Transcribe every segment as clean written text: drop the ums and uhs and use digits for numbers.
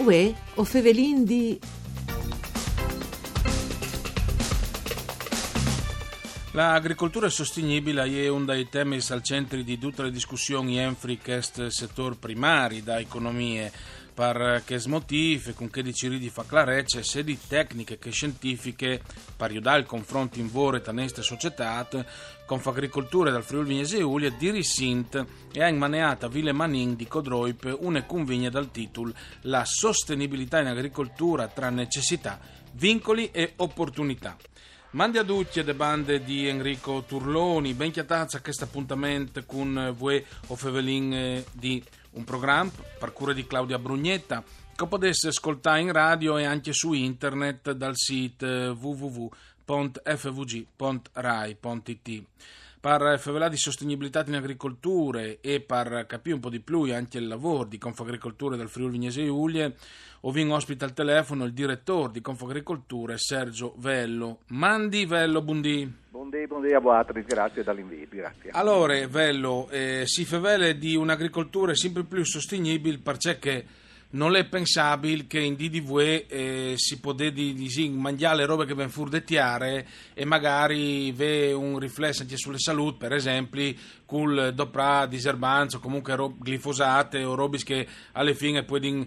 Uè, o Fevelin di... L'agricoltura sostenibile è uno dei temi al centro di tutte le discussioni in questo settore primario da economie. Per che motivi e con che decidi fa clarecce sia di tecniche che scientifiche per aiutare il confronto in vore tra queste società Confagricoltura dal Friuli Venezia Giulia di Risint e ha immaneata Ville Manin di Codroip una convegna dal titolo La sostenibilità in agricoltura tra necessità, vincoli e opportunità. Mandi a tutti le bande di Enrico Turloni, ben chiatazza a questo appuntamento con voi o Fevelin di un programma per cura di Claudia Brugnetta che potesse ascoltare in radio e anche su internet dal sito www.fvg.rai.it. Per favelare di sostenibilità in agricoltura e per capire un po' di più anche il lavoro di Confagricoltura del Friuli Venezia Giulia, ho vinto ospite al telefono il direttore di Confagricoltura Sergio Vello. Mandi Vello, buondì. Buondì a voi, grazie dall'invito, grazie. Allora, Vello, si favele di un'agricoltura sempre più sostenibile perché non è pensabile che in DDV si potesse mangiare le robe che vengono furdettiare e magari ve un riflesso anche sulle salute, per esempio, col doppra diserbanza o comunque glifosate o robe che alle fine poi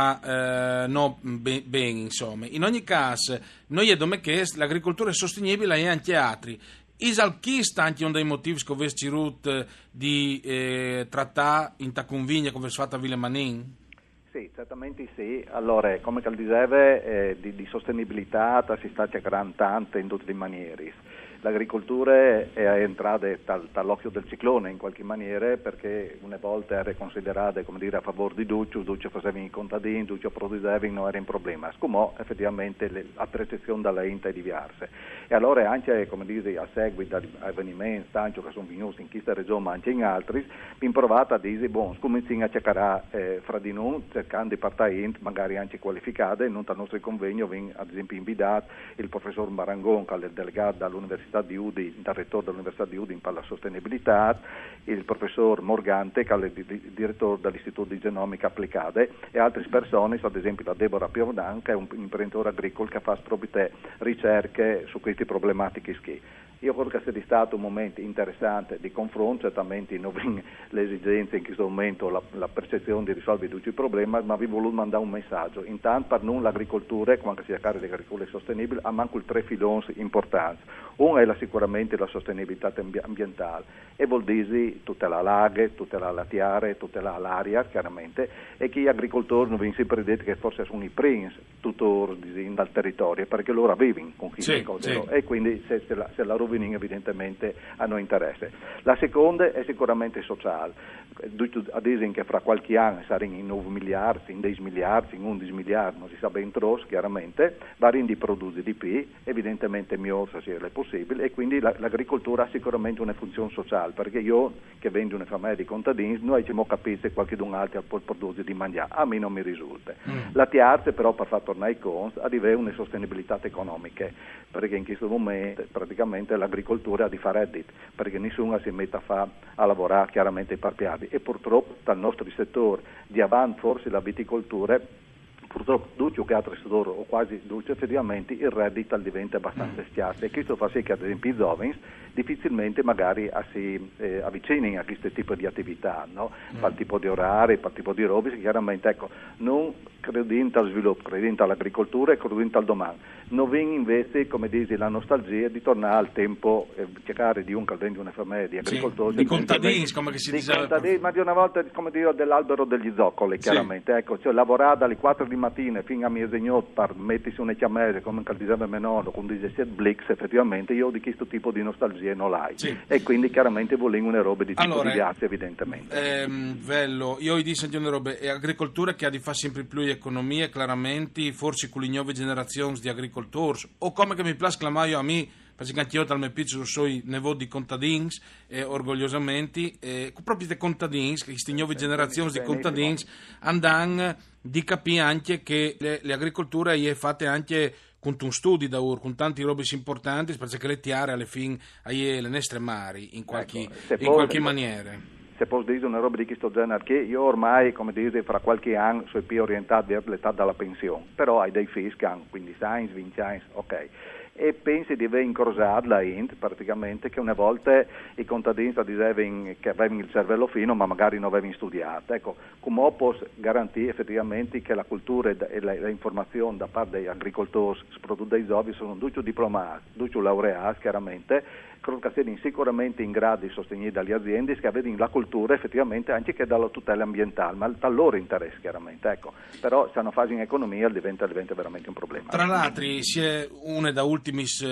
fa no bene, insomma. In ogni caso, noi è che l'agricoltura è sostenibile e anche altri. Isalchista anche uno dei motivi che avessi cercato di trattare in ta convegna come si fatta a Ville Manin? Sì, certamente sì. Allora, come diceva, di sostenibilità si sta cercando tanto in tutte le maniere. L'agricoltura è entrata dall'occhio del ciclone in qualche maniera perché una volta era considerata come dire a favore di Duccio faceva i contadini, Duccio produceva non era un problema. Come effettivamente la percezione dalla ente è diversa. E allora anche come dire a seguito di avvenimenti tanto che sono venuti in questa regione ma anche in altri, mi provata a dire cominciamo a cercare fra di noi cercando di partire magari anche qualificate, non dal nostro convegno ad esempio invitato il professor Marangon che è il delegato dall'Università di Udine, dal rettore dell'Università di Udine per la sostenibilità, il professor Morgante che è il direttore dell'Istituto di Genomica Applicata e altre persone, ad esempio la Deborah Piodan che è un imprenditore agricolo che fa proprio ricerche su queste problematiche. Io credo che sia stato un momento interessante di confronto, certamente non le esigenze in questo momento, la percezione di risolvere tutti i problemi, ma vi voluto mandare un messaggio. Intanto per noi l'agricoltura, quando si parla di agricoltura sostenibile, ha manco tre filoni importanti. Uno è sicuramente la sostenibilità ambientale e vuol dire tutelare l'aghe, tutelare la terra, tutelare l'aria chiaramente e che gli agricoltori non vengono sempre detti che forse sono i primi tutori dal territorio perché loro vivono con queste cose e quindi se la rovinano evidentemente hanno interesse. La seconda è sicuramente sociale, ad esempio che fra qualche anno saranno in 9 miliardi, in 10 miliardi, in 11 miliardi, non si sa ben troppo chiaramente, vari di produrre di più, evidentemente migliore se è possibile e quindi l'agricoltura ha sicuramente una funzione sociale perché io che vengo una famiglia di contadini noi ci capire se qualcun altro può produrre di mangiare, a me non mi risulta. La terza però per far tornare i conti ha di avere una sostenibilità economica perché in questo momento praticamente l'agricoltura ha di fare reddito perché nessuno si mette a lavorare chiaramente per piedi e purtroppo dal nostro settore di avanti forse la viticoltura purtroppo duccio che altri settori o quasi duccio effettivamente il reddito diventa abbastanza schiasso e questo fa sì che ad esempio i giovani difficilmente magari si avvicinino a questo tipo di attività, no? Per tipo di orari, per tipo di robe, chiaramente non credente al sviluppo, credente all'agricoltura e credente al domani. Non viene invece, come dici, la nostalgia di tornare al tempo, cercare di un caldo di una famiglia di agricoltori. Di contadini, come si diceva. Ma di una volta, come dire, dell'albero degli zoccoli, chiaramente. Cioè lavorare dalle 4 di mattina fino a mezzanotte per mettersi una chiamese, come diceva Menolo, con 17 Blix, effettivamente, io di questo tipo di nostalgia non l'hai. Sì. E quindi chiaramente volevo una roba di tipo di ghiaccio, evidentemente. Vello, io gli dico una roba, è agricoltura che ha di fare sempre più economia, chiaramente, forse con le nuove generazioni di agricoltori, o come che mi piace chiamare a me, perché anche io dal mio piccolo sono nevò di contadini, orgogliosamente, proprio di contadini, queste nuove generazioni di contadini, andano di capire anche che le agricolture è fatte anche con un studio da con tanti robe importanti perché le tiare alle fine le nostre mari in qualche maniera. se posso dire una roba di questo genere, che io ormai, come dire, fra qualche anno sono più orientato verso l'età della pensione, però hai dei figli che hanno 15 anni, 20 anni, ok. E pensi di aver incrosato la Int praticamente che una volta i contadini dicevano che avevano il cervello fino ma magari non avevano studiato. Ecco, come posso garantire effettivamente che la cultura e l'informazione da parte degli agricoltori soprattutto dei giovani sono tutti diplomati, tutti laureati chiaramente, credo che siano sicuramente in grado di sostenere dalle aziende che avevano la cultura effettivamente anche che dalla tutela ambientale, ma dal loro interesse chiaramente, ecco. Però se hanno fase in economia diventa veramente un problema. Tra l'altro, si è una da ultimis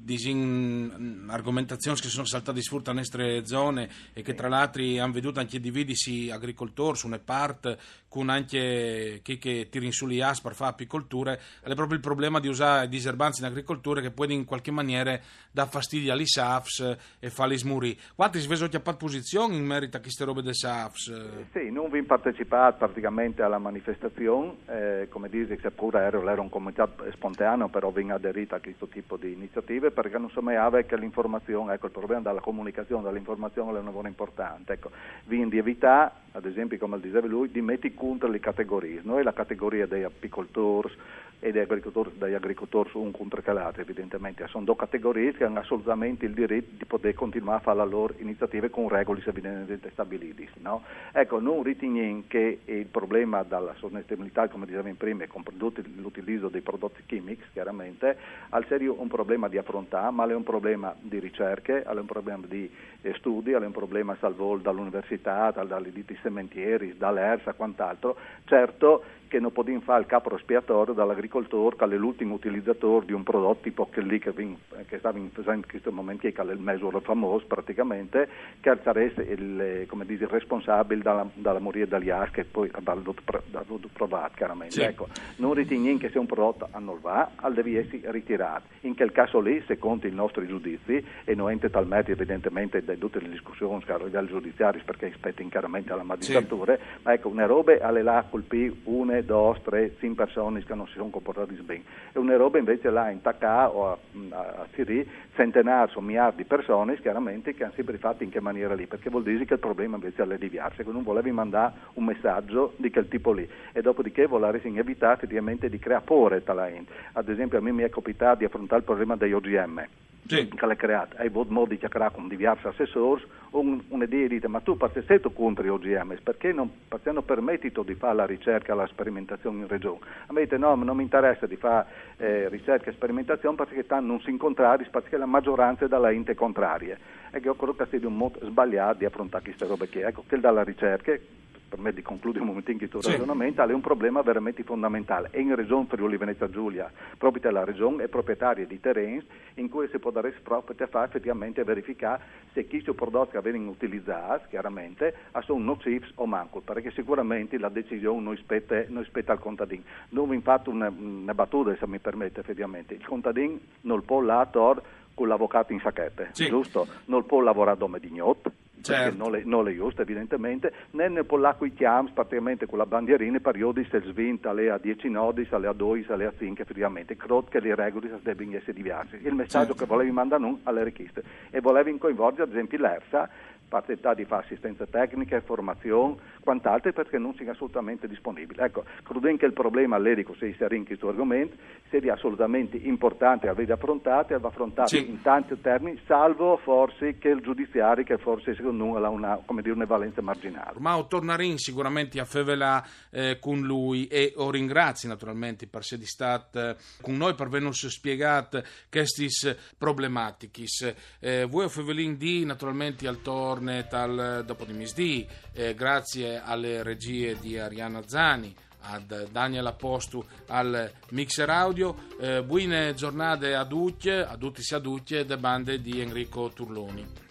argomentazioni che sono saltate di sfrutta a nostre zone e che tra l'altro hanno veduto anche dividisi agricoltori su una parte con anche chi che tira in su gli as per fare apicolture, è proprio il problema di usare diserbanze in agricoltura che può in qualche maniera dare fastidio agli SAFs e farli smurì. Quanti si vedono chiappato posizione in merito a queste robe dei SAFs? Sì, non vi partecipato praticamente alla manifestazione, come dice che pure era un comitato spontaneo, però vi aderito a questo tipo di iniziative perché non sommava che l'informazione, ecco, il problema della comunicazione, dell'informazione è una cosa importante, ecco, vi di evitare, ad esempio come diceva lui, di mettere contro le categorie, noi la categoria degli apicoltori e degli agricoltori un contro l'altro evidentemente, sono due categorie che hanno assolutamente il diritto di poter continuare a fare le loro iniziative con regole evidentemente stabilite, no? Ecco, non riteniamo che il problema della sostenibilità, come dicevamo prima, con l'utilizzo dei prodotti chimici, chiaramente, al serio un problema di affrontare, ma è un problema di ricerche, è un problema di studi, è un problema salvo dall'università, dalle ditte sementieri, dall'ERSA, quant'altro. Certo che non possiamo fare il capo espiatorio dall'agricoltore che è l'ultimo utilizzatore di un prodotto tipo che lì che stava in questo momento che è il mesuro famoso praticamente, che sarebbe il responsabile dalla morire dagli AS che poi ha dovuto provare chiaramente. Sì. Ecco, non riteniamo che se un prodotto non va, deve essere ritirato. In quel caso lì, secondo i nostri giudizi, e non entra talmente evidentemente da tutte le discussioni a livello giudiziario perché aspettano chiaramente alla magistratura, sì. Ma ecco, una roba alle là colpì 1, 2, 3, 5 persone che non si sono comportati bene. E una roba invece là in Tacà o a Siri, centenari o miliardi di persone chiaramente che hanno sempre fatto in che maniera lì, perché vuol dire che il problema invece è alleviarsi, che non volevi mandare un messaggio di quel tipo lì e dopodiché volevi evitare effettivamente di creare paura tra gente. Ad esempio a me mi è capitato di affrontare il problema degli OGM. Sì. Che l'ha creato, hai avuto modo di chiacchierare con diversi assessori, un'idea dite, ma tu sei contro gli OGM, perché non hanno permettito di fare la ricerca e la sperimentazione in regione? A me dite no, non mi interessa di fare ricerca e sperimentazione perché non si incontrare, perché la maggioranza è dalla ente contraria. E io credo che sia un modo sbagliato di affrontare queste robe che, ecco, che dalla ricerca, per me di concludere un momento in questo ragionamento, è un problema veramente fondamentale. E in regione Friuli Venezia Giulia, proprio la regione è proprietaria di terreni in cui si può dare proprio a fare effettivamente verificare se questi prodotti che vengono utilizzati chiaramente sono nocivi o manco, perché sicuramente la decisione non spetta al contadino. Non vi fatto una battuta, se mi permette effettivamente, il contadino non può lavorare con l'avvocato in sacchette, sì. Giusto? Non può lavorare come dignot. Certo. Perché non è giusto evidentemente, né ne può l'acqua i chiams praticamente con la bandierina periodi se svinta alle a 10 nodi, alle a 2, alle a 5 effettivamente, credo che le regole debbano essere diverse. Il messaggio che volevi mandare non alle richieste e volevi coinvolgere ad esempio l'ERSA, partita di fare assistenza tecnica, formazione, quant'altro perché non sia assolutamente disponibile. Ecco, credo che il problema all'edico se si in questo argomento sia assolutamente importante aver affrontato e va affrontato sì. In tanti termini, salvo forse che il giudiziario che forse secondo noi ha una valenza marginale. Ma torneremo sicuramente a Fevela con lui e lo ringrazio naturalmente per essere stato con noi per averci spiegato queste problematiche. Voi a Fevelin di naturalmente al torno dopo di misdì, grazie alle regie di Arianna Zani, ad Daniel Apostu al mixer audio, buone giornate a tutti e da bande di Enrico Turloni.